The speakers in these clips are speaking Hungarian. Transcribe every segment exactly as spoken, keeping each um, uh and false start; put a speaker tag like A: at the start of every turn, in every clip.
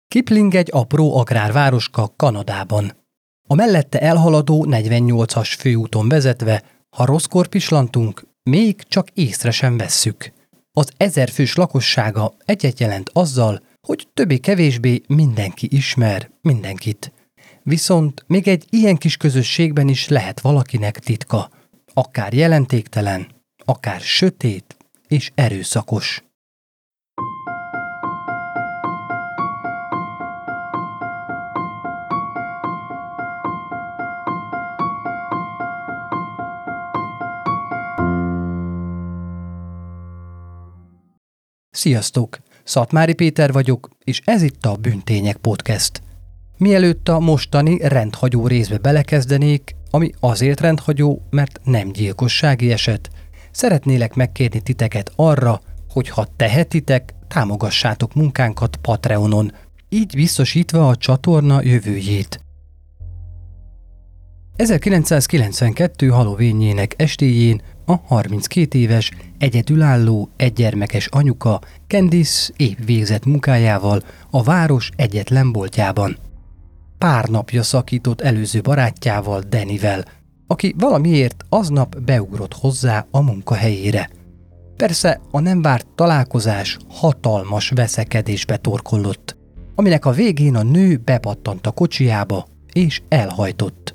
A: Kipling egy apró agrárvároska Kanadában. A mellette elhaladó negyvennyolcas főúton vezetve, ha rosszkor pislantunk, még csak észre sem vesszük. Az ezerfős lakossága egyet jelent azzal, hogy többé-kevésbé mindenki ismer mindenkit. Viszont még egy ilyen kis közösségben is lehet valakinek titka, akár jelentéktelen, akár sötét és erőszakos. Sziasztok! Szatmári Péter vagyok, és ez itt a Bűntények Podcast. Mielőtt a mostani rendhagyó részbe belekezdenék, ami azért rendhagyó, mert nem gyilkossági eset, szeretnélek megkérni titeket arra, hogy ha tehetitek, támogassátok munkánkat Patreonon, így biztosítva a csatorna jövőjét. ezerkilencszázkilencvenkettő Halloweenjének estéjén a harminckét éves, egyedülálló, egygyermekes anyuka Candice épp végzett munkájával a város egyetlen boltjában. Pár napja szakított előző barátjával, Dannyvel, aki valamiért aznap beugrott hozzá a munkahelyére. Persze a nem várt találkozás hatalmas veszekedésbe torkollott, aminek a végén a nő bepattant a kocsijába és elhajtott.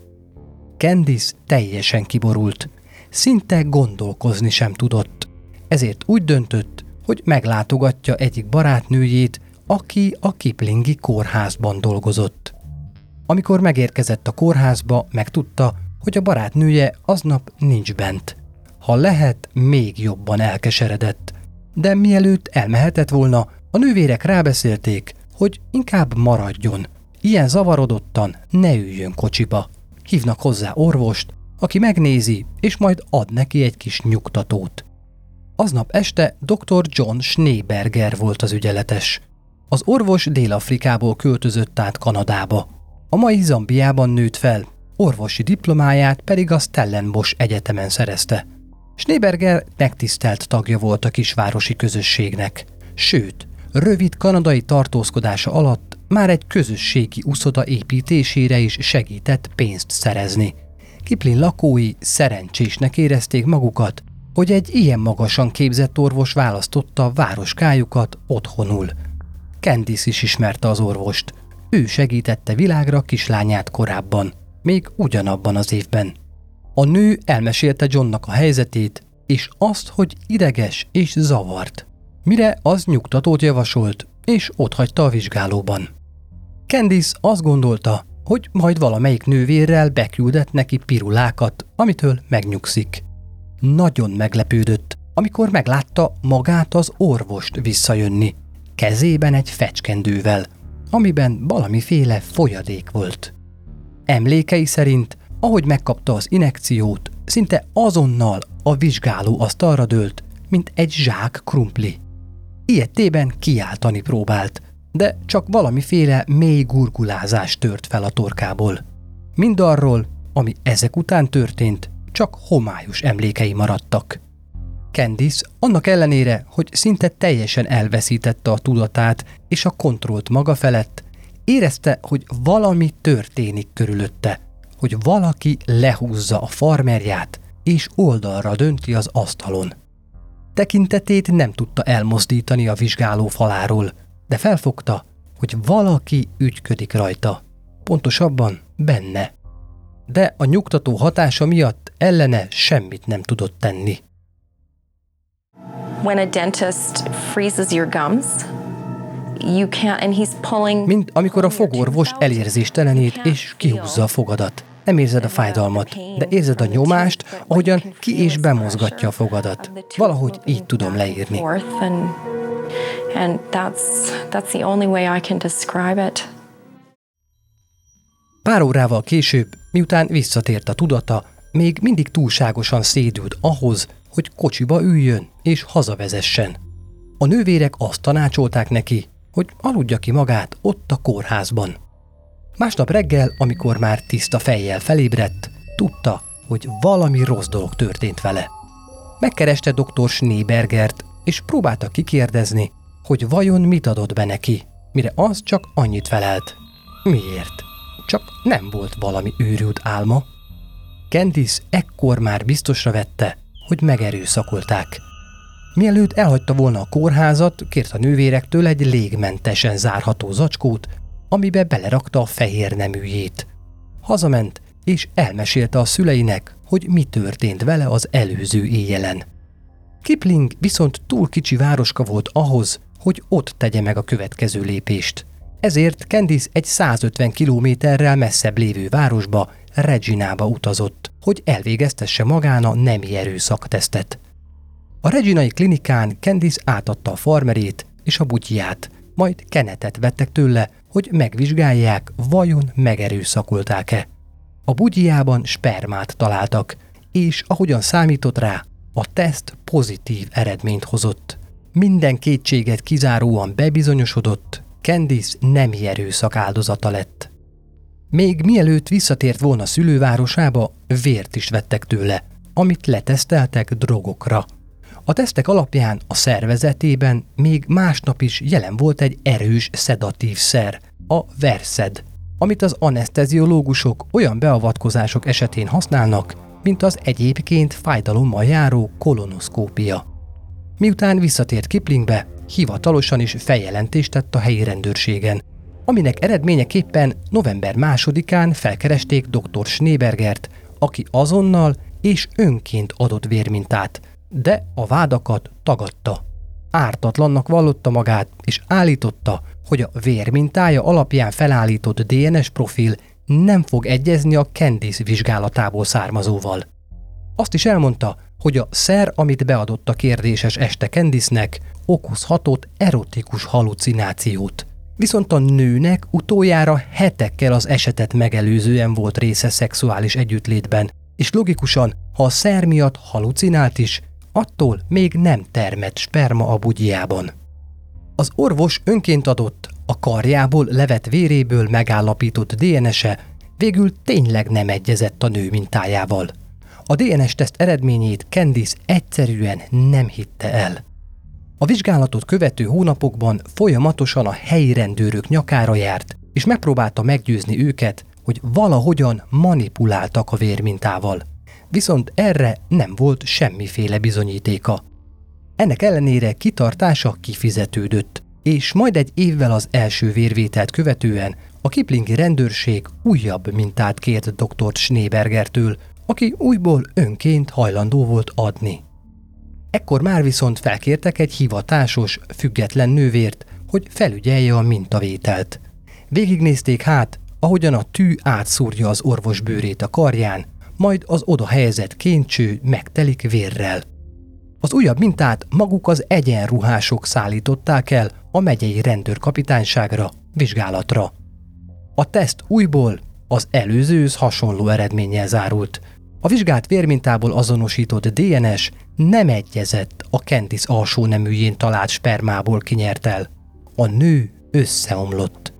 A: Candice teljesen kiborult, szinte gondolkozni sem tudott, ezért úgy döntött, hogy meglátogatja egyik barátnőjét, aki a Kiplingi kórházban dolgozott. Amikor megérkezett a kórházba, megtudta, hogy a barátnője aznap nincs bent. Ha lehet, még jobban elkeseredett, de mielőtt elmehetett volna, a nővérek rábeszélték, hogy inkább maradjon, ilyen zavarodottan ne üljön kocsiba. Hívnak hozzá orvost, aki megnézi, és majd ad neki egy kis nyugtatót. Aznap este doktor John Schneeberger volt az ügyeletes. Az orvos Dél-Afrikából költözött át Kanadába. A mai Zambiában nőtt fel, orvosi diplomáját pedig a Stellenbosch Egyetemen szerezte. Schneeberger megtisztelt tagja volt a kisvárosi közösségnek, sőt, rövid kanadai tartózkodása alatt már egy közösségi uszoda építésére is segített pénzt szerezni. Kipling lakói szerencsésnek érezték magukat, hogy egy ilyen magasan képzett orvos választotta városkájukat otthonul. Candice is ismerte az orvost. Ő segítette világra kislányát korábban, még ugyanabban az évben. A nő elmesélte Johnnak a helyzetét, és azt, hogy ideges és zavart. Mire az nyugtatót javasolt, és otthagyta a vizsgálóban. Candice azt gondolta, hogy majd valamelyik nővérrel beküldett neki pirulákat, amitől megnyugszik. Nagyon meglepődött, amikor meglátta magát az orvost visszajönni, kezében egy fecskendővel, amiben valamiféle folyadék volt. Emlékei szerint, ahogy megkapta az injekciót, szinte azonnal a vizsgáló asztalra dőlt, mint egy zsák krumpli. Ilyettében kiáltani próbált, de csak valamiféle mély gurgulázás tört fel a torkából. Mindarról, ami ezek után történt, csak homályos emlékei maradtak. Candice annak ellenére, hogy szinte teljesen elveszítette a tudatát és a kontrollt maga felett, érezte, hogy valami történik körülötte, hogy valaki lehúzza a farmerját és oldalra dönti az asztalon. Tekintetét nem tudta elmozdítani a vizsgáló faláról, de felfogta, hogy valaki ügyködik rajta, pontosabban benne. De a nyugtató hatása miatt ellene semmit nem tudott tenni.
B: When a dentist freezes your gums, you can't, and he's pulling.
A: Mint amikor a fogorvos elérzéstelenít és kihúzza a fogadat. Nem érzed a fájdalmat, de érzed a nyomást, ahogyan ki- és bemozgatja a fogadat. Valahogy így tudom leírni.
B: And that's that's the only way I can describe it.
A: Pár órával később, miután visszatért a tudata, még mindig túlságosan szédült ahhoz, hogy kocsiba üljön és hazavezessen. A nővérek azt tanácsolták neki, hogy aludja ki magát ott a kórházban. Másnap reggel, amikor már tiszta fejjel felébredt, tudta, hogy valami rossz dolog történt vele. Megkereste doktor Schneebergert, és próbálta kikérdezni, hogy vajon mit adott be neki. mire az csak annyit felelt. Miért? Csak nem volt valami őrült álma? Candice ekkor már biztosra vette, hogy megerőszakolták. Mielőtt elhagyta volna a kórházat, kért a nővérektől egy légmentesen zárható zacskót, amibe belerakta a fehér neműjét. Hazament, és elmesélte a szüleinek, hogy mi történt vele az előző éjjelen. Kipling viszont túl kicsi városka volt ahhoz, hogy ott tegye meg a következő lépést. Ezért Candice egy százötven kilométerrel messzebb lévő városba, Reginába utazott, hogy elvégeztesse magán a nemi erőszaktesztet. A reginai klinikán Candice átadta a farmerét és a butyját, majd kenetet vettek tőle, hogy megvizsgálják, vajon megerőszakolták-e. A bugyjában spermát találtak, és ahogyan számított rá, a teszt pozitív eredményt hozott. Minden kétséget kizáróan bebizonyosodott, Candice nemi erőszak áldozata lett. Még mielőtt visszatért volna szülővárosába, vért is vettek tőle, amit leteszteltek drogokra. A tesztek alapján a szervezetében még másnap is jelen volt egy erős szedatív szer, a Versed, amit az aneszteziológusok olyan beavatkozások esetén használnak, mint az egyébként fájdalommal járó kolonoszkópia. Miután visszatért Kiplingbe, hivatalosan is feljelentést tett a helyi rendőrségen, aminek eredményeképpen november másodikán felkeresték doktor Schneebergert, aki azonnal és önként adott vérmintát, de a vádakat tagadta. Ártatlannak vallotta magát, és állította, hogy a vérmintája alapján felállított dé en es profil nem fog egyezni a Candice vizsgálatából származóval. Azt is elmondta, hogy a szer, amit beadott a kérdéses este Candice-nek, okozhatott erotikus halucinációt. Viszont a nőnek utoljára hetekkel az esetet megelőzően volt része szexuális együttlétben, és logikusan, ha a szer miatt halucinált is, attól még nem termett sperma a bugyjában. Az orvos önként adott, a karjából levett véréből megállapított dé en es-e végül tényleg nem egyezett a nő mintájával. A dé en es-teszt eredményét Candice egyszerűen nem hitte el. A vizsgálatot követő hónapokban folyamatosan a helyi rendőrök nyakára járt, és megpróbálta meggyőzni őket, hogy valahogyan manipuláltak a vérmintával. Viszont erre nem volt semmiféle bizonyítéka. Ennek ellenére kitartása kifizetődött, és majd egy évvel az első vérvételt követően a kiplingi rendőrség újabb mintát kért doktor Schneebergertől, aki újból önként hajlandó volt adni. Ekkor már viszont felkértek egy hivatásos, független nővért, hogy felügyelje a mintavételt. Végignézték hát, ahogyan a tű átszúrja az orvos bőrét a karján, majd az oda helyezett kéncső megtelik vérrel. Az újabb mintát maguk az egyenruhások szállították el a megyei rendőrkapitányságra, vizsgálatra. A teszt újból az előzőhöz hasonló eredménnyel zárult. A vizsgált vérmintából azonosított dé en es nem egyezett a Candice alsó neműjén talált spermából kinyert el. A nő összeomlott.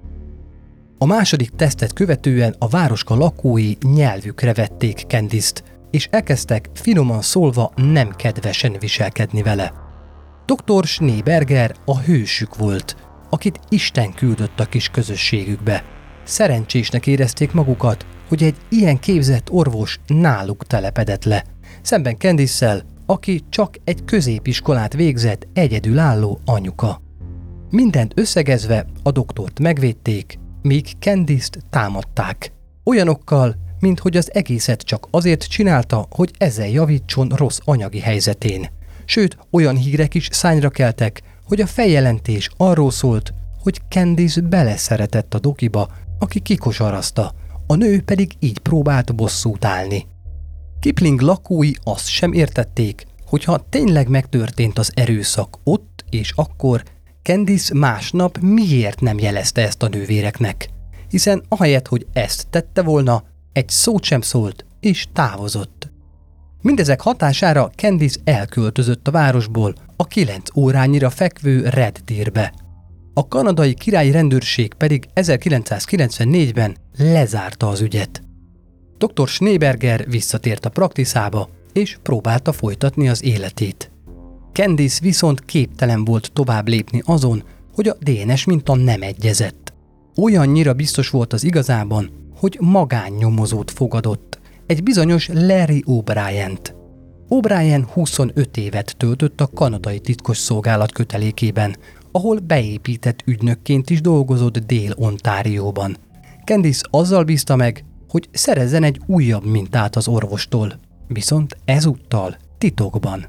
A: A második tesztet követően a városka lakói nyelvükre vették Candice-t, és elkezdtek finoman szólva nem kedvesen viselkedni vele. doktor Schneeberger a hősük volt, akit Isten küldött a kis közösségükbe. Szerencsésnek érezték magukat, hogy egy ilyen képzett orvos náluk telepedett le, szemben Candice-szel, aki csak egy középiskolát végzett egyedülálló anyuka. Mindent összegezve a doktort megvédték, míg Candice-t támadták. Olyanokkal, mint hogy az egészet csak azért csinálta, hogy ezzel javítson rossz anyagi helyzetén. Sőt, olyan hírek is szányra keltek, hogy a feljelentés arról szólt, hogy Candice beleszeretett a dokiba, aki kikosarazta, a nő pedig így próbált bosszút állni. Kipling lakói azt sem értették, hogyha tényleg megtörtént az erőszak ott és akkor, Candice másnap miért nem jelezte ezt a nővéreknek, hiszen ahelyett, hogy ezt tette volna, egy szót sem szólt és távozott. Mindezek hatására Candice elköltözött a városból a kilenc órányira fekvő Red Deerbe. A kanadai királyi rendőrség pedig ezerkilencszázkilencvennégyben lezárta az ügyet. doktor Schneeberger visszatért a praktiszába, és próbálta folytatni az életét. Candice viszont képtelen volt tovább lépni azon, hogy a dé en es minta nem egyezett. Olyannyira biztos volt az igazában, hogy magánnyomozót fogadott, egy bizonyos Larry O'Brient. O'Brien huszonöt évet töltött a kanadai titkosszolgálat kötelékében, ahol beépített ügynökként is dolgozott Dél-Ontárióban. Candice azzal bízta meg, hogy szerezzen egy újabb mintát az orvostól, viszont ezúttal titokban.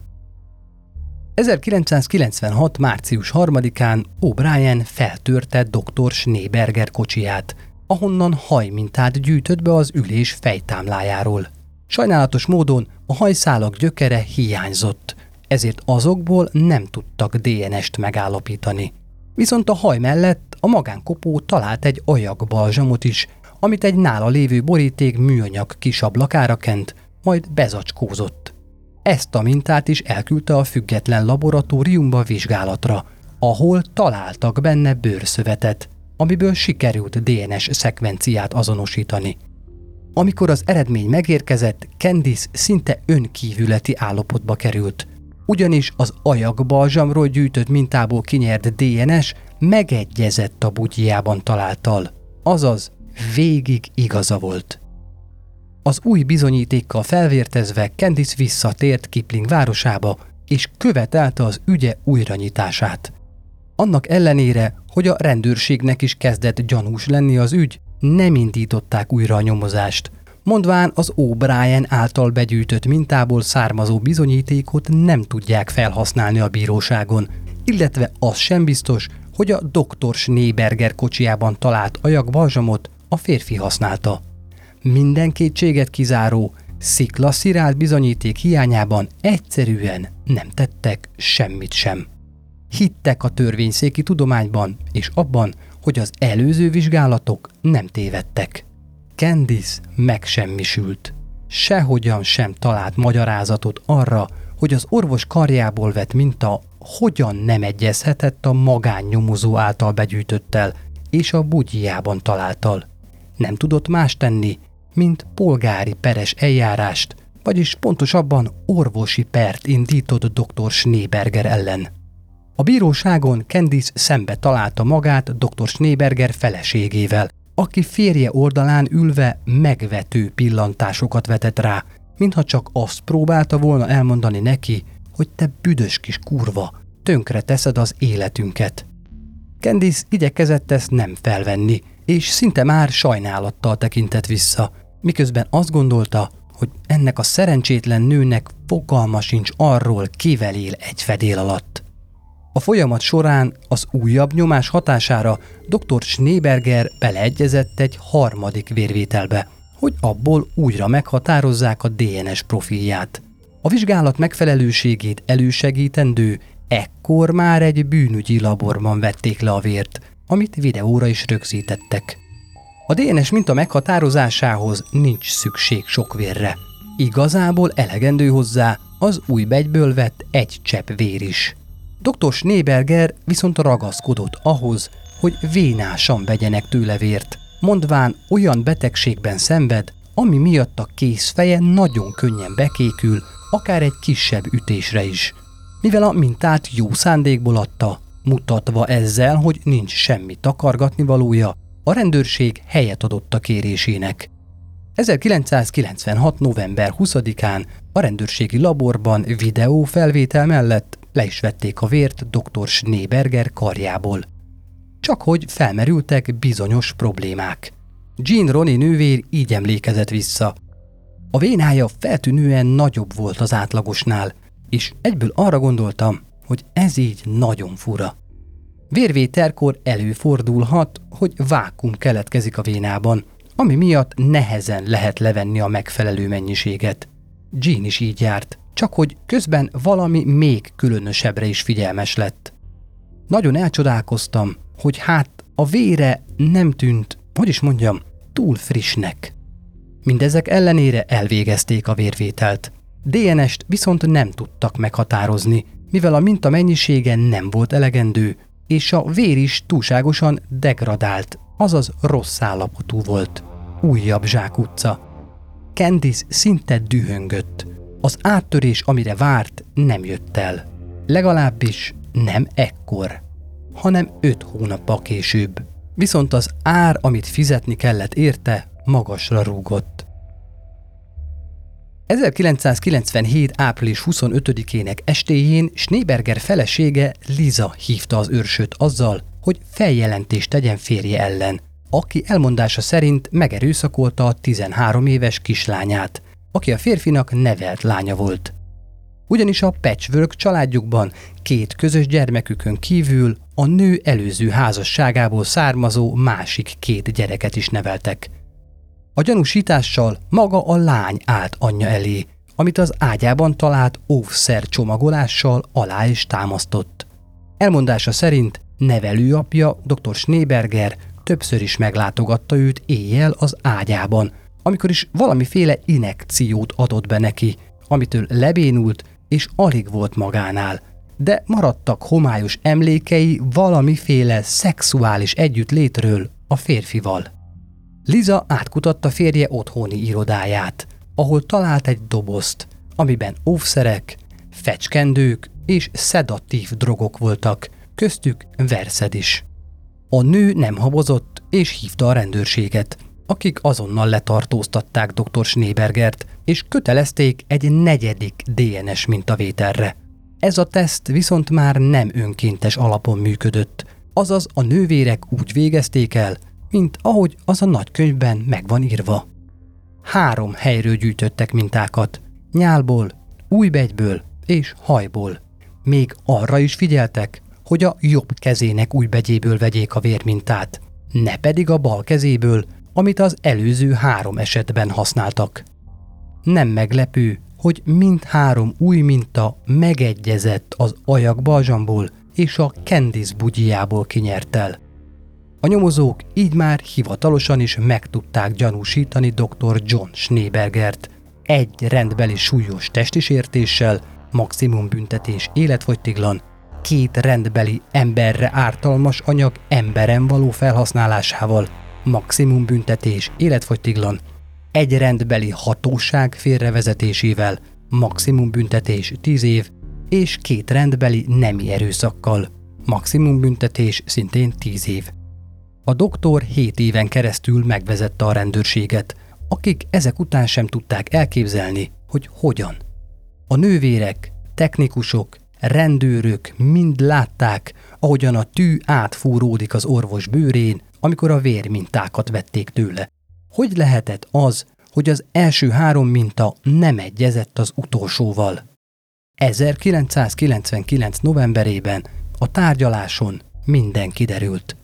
A: ezerkilencszázkilencvenhat. március harmadikán O'Brien feltörte doktor Schneeberger kocsiját, ahonnan hajmintát gyűjtött be az ülés fejtámlájáról. Sajnálatos módon a hajszálak gyökere hiányzott, ezért azokból nem tudtak dé en est megállapítani. Viszont a haj mellett a magánkopó talált egy ajakbalzsamot is, amit egy nála lévő boríték műanyag kis ablakára kent, majd bezacskózott. Ezt a mintát is elküldte a független laboratóriumba vizsgálatra, ahol találtak benne bőrszövetet, amiből sikerült dé en es szekvenciát azonosítani. Amikor az eredmény megérkezett, Candice szinte önkívületi állapotba került, ugyanis az ajakbalzsamról gyűjtött mintából kinyert dé en es megegyezett a bugyjában találttal, azaz végig igaza volt. Az új bizonyítékkal felvértezve Candice visszatért Kipling városába, és követelte az ügye újranyitását. Annak ellenére, hogy a rendőrségnek is kezdett gyanús lenni az ügy, nem indították újra a nyomozást, mondván az O'Brien által begyűjtött mintából származó bizonyítékot nem tudják felhasználni a bíróságon, illetve az sem biztos, hogy a doktor Schneeberger kocsijában talált ajakbalzsamot a férfi használta. Minden kétséget kizáró, sziklaszirál bizonyíték hiányában egyszerűen nem tettek semmit sem. Hittek a törvényszéki tudományban és abban, hogy az előző vizsgálatok nem tévedtek. Candice megsemmisült. Sehogyan sem talált magyarázatot arra, hogy az orvos karjából vett minta hogyan nem egyezhetett a magánnyomozó által begyűjtöttel és a bugyjában találtal. Nem tudott más tenni, mint polgári peres eljárást, vagyis pontosabban orvosi pert indított doktor Schneeberger ellen. A bíróságon Candice szembe találta magát doktor Schneeberger feleségével, aki férje oldalán ülve megvető pillantásokat vetett rá, mintha csak azt próbálta volna elmondani neki, hogy te büdös kis kurva, tönkre teszed az életünket. Candice igyekezett ezt nem felvenni, és szinte már sajnálattal tekintett vissza, miközben azt gondolta, hogy ennek a szerencsétlen nőnek fogalma sincs arról, kivel él egy fedél alatt. A folyamat során az újabb nyomás hatására doktor Schneeberger beleegyezett egy harmadik vérvételbe, hogy abból újra meghatározzák a dé en es profilját. A vizsgálat megfelelőségét elősegítendő, ekkor már egy bűnügyi laborban vették le a vért, amit videóra is rögzítettek. A dé en es minta meghatározásához nincs szükség sok vérre. Igazából elegendő hozzá az új begyből vett egy csepp vér is. doktor Schneeberger viszont ragaszkodott ahhoz, hogy vénásan vegyenek tőle vért, mondván olyan betegségben szenved, ami miatt a kézfeje nagyon könnyen bekékül, akár egy kisebb ütésre is. Mivel a mintát jó szándékból adta, mutatva ezzel, hogy nincs semmi takargatni valója, a rendőrség helyet adott a kérésének. ezerkilencszázkilencvenhat. november huszadikán a rendőrségi laborban videófelvétel mellett le is vették a vért doktor Schneeberger karjából. Csak hogy felmerültek bizonyos problémák. Jean Roney nővér így emlékezett vissza. A vénája feltűnően nagyobb volt az átlagosnál, és egyből arra gondoltam, hogy ez így nagyon fura. Vérvételkor előfordulhat, hogy vákuum keletkezik a vénában, ami miatt nehezen lehet levenni a megfelelő mennyiséget. Jean is így járt, csak hogy közben valami még különösebbre is figyelmes lett. Nagyon elcsodálkoztam, hogy hát a vére nem tűnt, hogy is mondjam, túl frissnek. Mindezek ellenére elvégezték a vérvételt. dé en est viszont nem tudtak meghatározni, mivel a minta mennyisége nem volt elegendő, és a vér is túlságosan degradált, azaz rossz állapotú volt. Újabb zsákutca. Candice szinte dühöngött. Az áttörés, amire várt, nem jött el. Legalábbis nem ekkor. hanem öt hónappal később. Viszont az ár, amit fizetni kellett érte, magasra rúgott. ezerkilencszázkilencvenhét. április huszonötödikének estéjén Schneeberger felesége Liza hívta az őrsöt azzal, hogy feljelentést tegyen férje ellen, aki elmondása szerint megerőszakolta a tizenhárom éves kislányát, aki a férfinak nevelt lánya volt. Ugyanis a patchwork családjukban két közös gyermekükön kívül a nő előző házasságából származó másik két gyereket is neveltek. A gyanúsítással maga a lány állt anyja elé, amit az ágyában talált óvszer csomagolással alá is támasztott. Elmondása szerint nevelőapja, dr. Schneeberger többször is meglátogatta őt éjjel az ágyában, amikor is valamiféle injekciót adott be neki, amitől lebénult és alig volt magánál, de maradtak homályos emlékei valamiféle szexuális együttlétről a férfival. Liza átkutatta férje otthoni irodáját, ahol talált egy dobozt, amiben óvszerek, fecskendők és szedatív drogok voltak, köztük verszed is. A nő nem habozott és hívta a rendőrséget, akik azonnal letartóztatták dr. Schneebergert, és kötelezték egy negyedik dé en es mintavételre. Ez a teszt viszont már nem önkéntes alapon működött, azaz a nővérek úgy végezték el, mint ahogy az a nagykönyvben meg van írva. Három helyről gyűjtöttek mintákat, nyálból, újbegyből és hajból. Még arra is figyeltek, hogy a jobb kezének újbegyéből vegyék a vérmintát, ne pedig a bal kezéből, amit az előző három esetben használtak. Nem meglepő, hogy mindhárom új minta megegyezett az ajak balzsamból és a Candice bugyjából kinyert el. A nyomozók így már hivatalosan is meg tudták gyanúsítani dr. John Schneebergert egy rendbeli súlyos testi sértéssel, maximum büntetés életfogytiglan, két rendbeli emberre ártalmas anyag emberen való felhasználásával, maximum büntetés életfogytiglan, egy rendbeli hatóság félrevezetésével, maximum büntetés tíz év, és két rendbeli nemi erőszakkal, maximum büntetés szintén tíz év. A doktor hét éven keresztül megvezette a rendőrséget, akik ezek után sem tudták elképzelni, hogy hogyan. A nővérek, technikusok, rendőrök mind látták, ahogyan a tű átfúródik az orvos bőrén, amikor a vérmintákat vették tőle. Hogy lehetett az, hogy az első három minta nem egyezett az utolsóval? ezerkilencszázkilencvenkilenc. novemberében a tárgyaláson minden kiderült.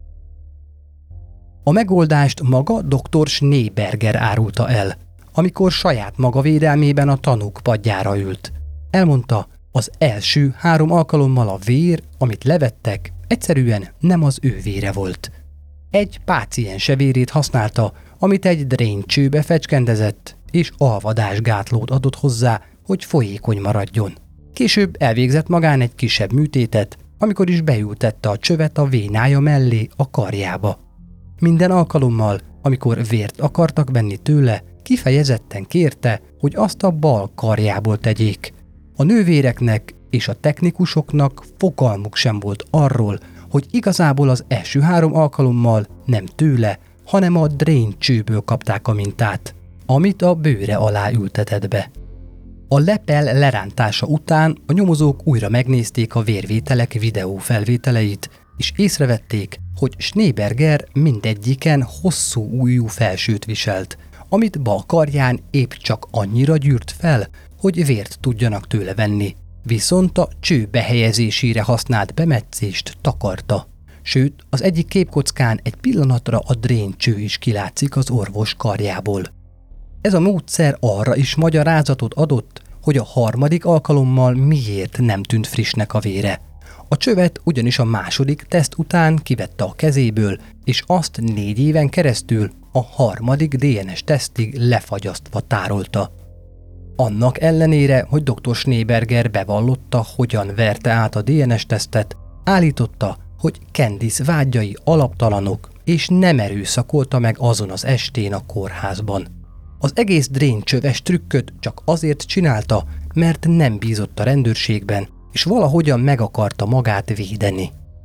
A: A megoldást maga dr. Schneeberger árulta el, amikor saját maga védelmében a tanúk padjára ült. Elmondta, az első három alkalommal a vér, amit levettek, egyszerűen nem az ő vére volt. Egy páciense vérét használta, amit egy dréncsőbe fecskendezett, és alvadásgátlót adott hozzá, hogy folyékony maradjon. Később elvégzett magán egy kisebb műtétet, amikor is beültette a csövet a vénája mellé a karjába. Minden alkalommal, amikor vért akartak venni tőle, kifejezetten kérte, hogy azt a bal karjából tegyék. A nővéreknek és a technikusoknak fogalmuk sem volt arról, hogy igazából az első három alkalommal nem tőle, hanem a dréncsőből kapták a mintát, amit a bőre alá ültetett be. A lepel lerántása után a nyomozók újra megnézték a vérvételek videófelvételeit, és észrevették, hogy Schneeberger mindegyiken hosszú ujjú felsőt viselt, amit bal karján épp csak annyira gyűrt fel, hogy vért tudjanak tőle venni, viszont a cső behelyezésére használt bemetszést takarta. Sőt, az egyik képkockán egy pillanatra a dréncső is kilátszik az orvos karjából. Ez a módszer arra is magyarázatot adott, hogy a harmadik alkalommal miért nem tűnt frissnek a vére. A csövet ugyanis a második teszt után kivette a kezéből, és azt négy éven keresztül a harmadik dé en es tesztig lefagyasztva tárolta. Annak ellenére, hogy dr. Schneeberger bevallotta, hogyan verte át a dé en es tesztet, állította, hogy Candice vágyai alaptalanok, és nem erőszakolta meg azon az estén a kórházban. Az egész dréncsöves trükköt csak azért csinálta, mert nem bízott a rendőrségben, és valahogyan meg akarta magát védeni.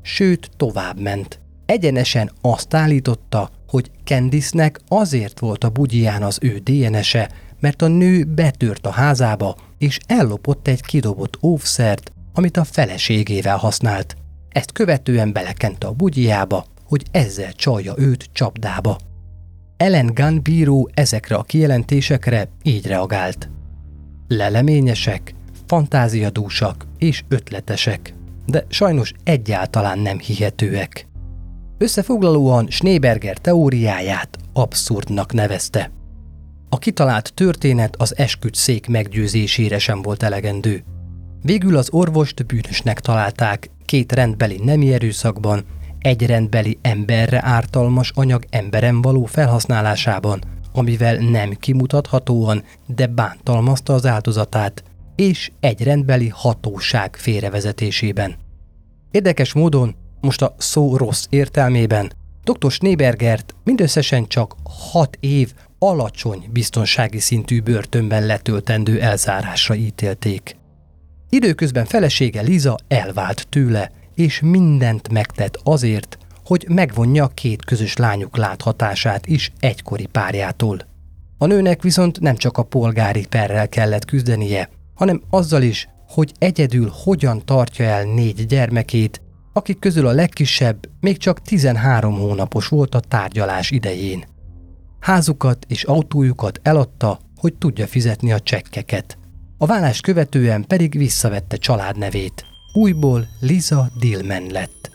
A: sőt tovább ment. Egyenesen azt állította, hogy Candice-nek azért volt a bugyiján az ő dé en es-e, mert a nő betört a házába, és ellopott egy kidobott óvszert, amit a feleségével használt. Ezt követően belekente a bugyijába, hogy ezzel csalja őt csapdába. Ellen Gunn bíró ezekre a kijelentésekre így reagált. Leleményesek, fantáziadúsak és ötletesek, de sajnos egyáltalán nem hihetőek. Összefoglalóan Schneeberger teóriáját abszurdnak nevezte. A kitalált történet az esküdtszék meggyőzésére sem volt elegendő. Végül az orvost bűnösnek találták két rendbeli nemi erőszakban, egy rendbeli emberre ártalmas anyag emberen való felhasználásában, amivel nem kimutathatóan, de bántalmazta az áldozatát, és egy rendbeli hatóság félrevezetésében. Érdekes módon, most a szó rossz értelmében, doktor Schneebergert mindösszesen csak hat év alacsony biztonsági szintű börtönben letöltendő elzárásra ítélték. Időközben felesége Liza elvált tőle, és mindent megtett azért, hogy megvonja a két közös lányuk láthatását is egykori párjától. A nőnek viszont nem csak a polgári perrel kellett küzdenie, hanem azzal is, hogy egyedül hogyan tartja el négy gyermekét, akik közül a legkisebb még csak tizenhárom hónapos volt a tárgyalás idején. Házukat és autójukat eladta, hogy tudja fizetni a csekkeket. A vállást követően pedig visszavette családnevét. Újból Liza Dillman lett.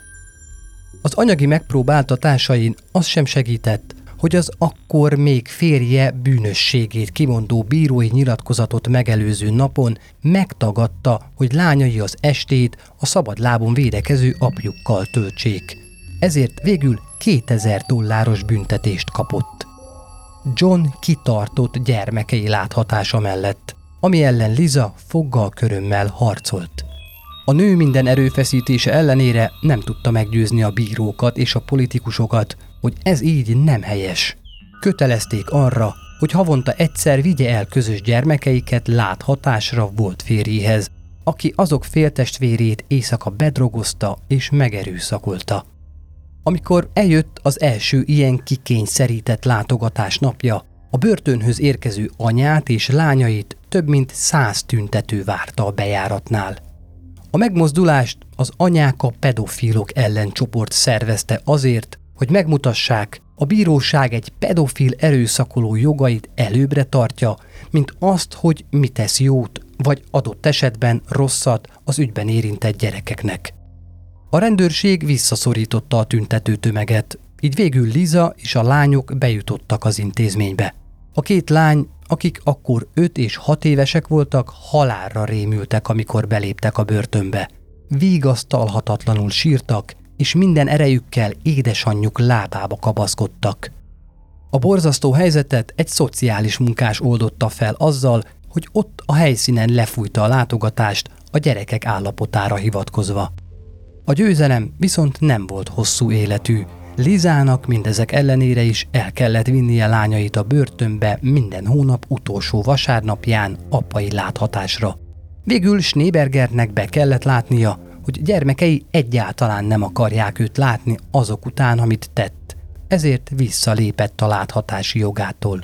A: Az anyagi megpróbáltatásain az sem segített, hogy az akkor még férje bűnösségét kimondó bírói nyilatkozatot megelőző napon megtagadta, hogy lányai az estét a szabad lábon védekező apjukkal töltsék. Ezért végül kétezer dolláros büntetést kapott. John kitartott gyermekei láthatása mellett, ami ellen Liza foggal körömmel harcolt. A nő minden erőfeszítése ellenére nem tudta meggyőzni a bírókat és a politikusokat, hogy ez így nem helyes. Kötelezték arra, hogy havonta egyszer vigye el közös gyermekeiket láthatásra volt férjéhez, aki azok féltestvérét éjszaka bedrogozta és megerőszakolta. Amikor eljött az első ilyen kikényszerített látogatás napja, a börtönhöz érkező anyát és lányait több mint száz tüntető várta a bejáratnál. A megmozdulást az anyák a pedofilok ellen csoport szervezte azért, hogy megmutassák, a bíróság egy pedofil erőszakoló jogait előbbre tartja, mint azt, hogy mi tesz jót, vagy adott esetben rosszat az ügyben érintett gyerekeknek. A rendőrség visszaszorította a tüntető tömeget, így végül Liza és a lányok bejutottak az intézménybe. A két lány, akik akkor öt és hat évesek voltak, halálra rémültek, amikor beléptek a börtönbe. Vigasztalhatatlanul sírtak, és minden erejükkel édesanyjuk lábába kapaszkodtak. A borzasztó helyzetet egy szociális munkás oldotta fel azzal, hogy ott a helyszínen lefújta a látogatást a gyerekek állapotára hivatkozva. A győzelem viszont nem volt hosszú életű. Lizának mindezek ellenére is el kellett vinnie lányait a börtönbe minden hónap utolsó vasárnapján apai láthatásra. Végül Schneebergernek be kellett látnia, hogy gyermekei egyáltalán nem akarják őt látni azok után, amit tett, ezért visszalépett a láthatási jogától.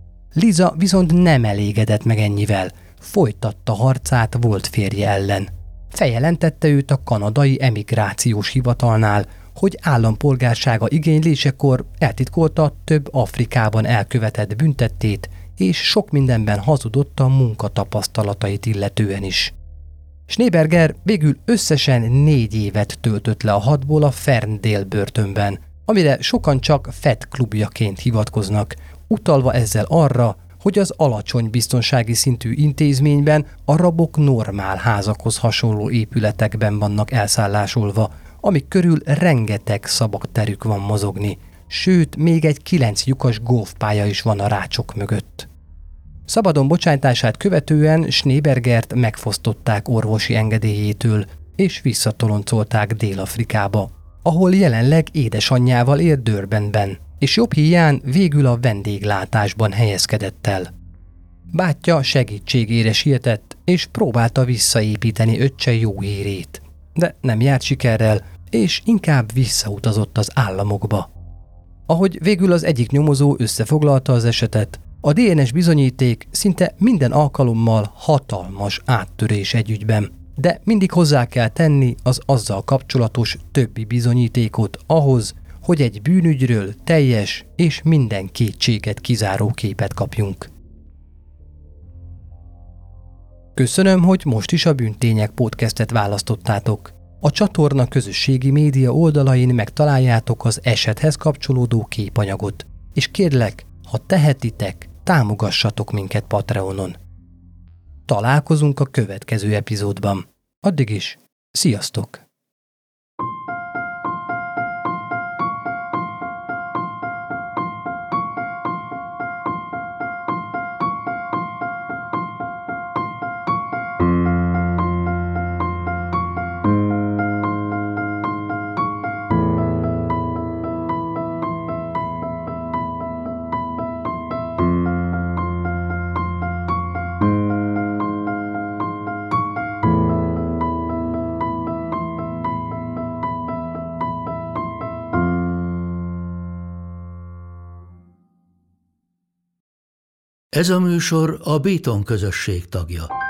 A: Liza viszont nem elégedett meg ennyivel, folytatta harcát volt férje ellen. Feljelentette őt a kanadai emigrációs hivatalnál, hogy állampolgársága igénylésekor eltitkolta több Afrikában elkövetett büntettét, és sok mindenben hazudott a munkatapasztalatait illetően is. Schneeberger végül összesen négy évet töltött le a hatból a Ferndale börtönben, amire sokan csak Fed klubjaként hivatkoznak, utalva ezzel arra, hogy az alacsony biztonsági szintű intézményben a rabok normál házakhoz hasonló épületekben vannak elszállásolva, amik körül rengeteg szabad terük van mozogni, sőt, még egy kilenc lyukas golfpálya is van a rácsok mögött. Szabadon bocsátását követően Schneebergert megfosztották orvosi engedélyétől, és visszatoloncolták Dél-Afrikába, ahol jelenleg édesanyjával él Durbanben, és jobb híján végül a vendéglátásban helyezkedett el. Bátyja segítségére sietett, és próbálta visszaépíteni öccse jó hírét. De nem járt sikerrel, és inkább visszautazott az államokba. Ahogy végül az egyik nyomozó összefoglalta az esetet, a dé en es bizonyíték szinte minden alkalommal hatalmas áttörés egy ügyben, de mindig hozzá kell tenni az azzal kapcsolatos többi bizonyítékot ahhoz, hogy egy bűnügyről teljes és minden kétséget kizáró képet kapjunk. Köszönöm, hogy most is a Bűntények podcastet választottátok. A csatorna közösségi média oldalain megtaláljátok az esethez kapcsolódó képanyagot, és kérlek, ha tehetitek, támogassatok minket Patreonon. Találkozunk a következő epizódban. Addig is, sziasztok!
C: Ez a műsor a Béton közösség tagja.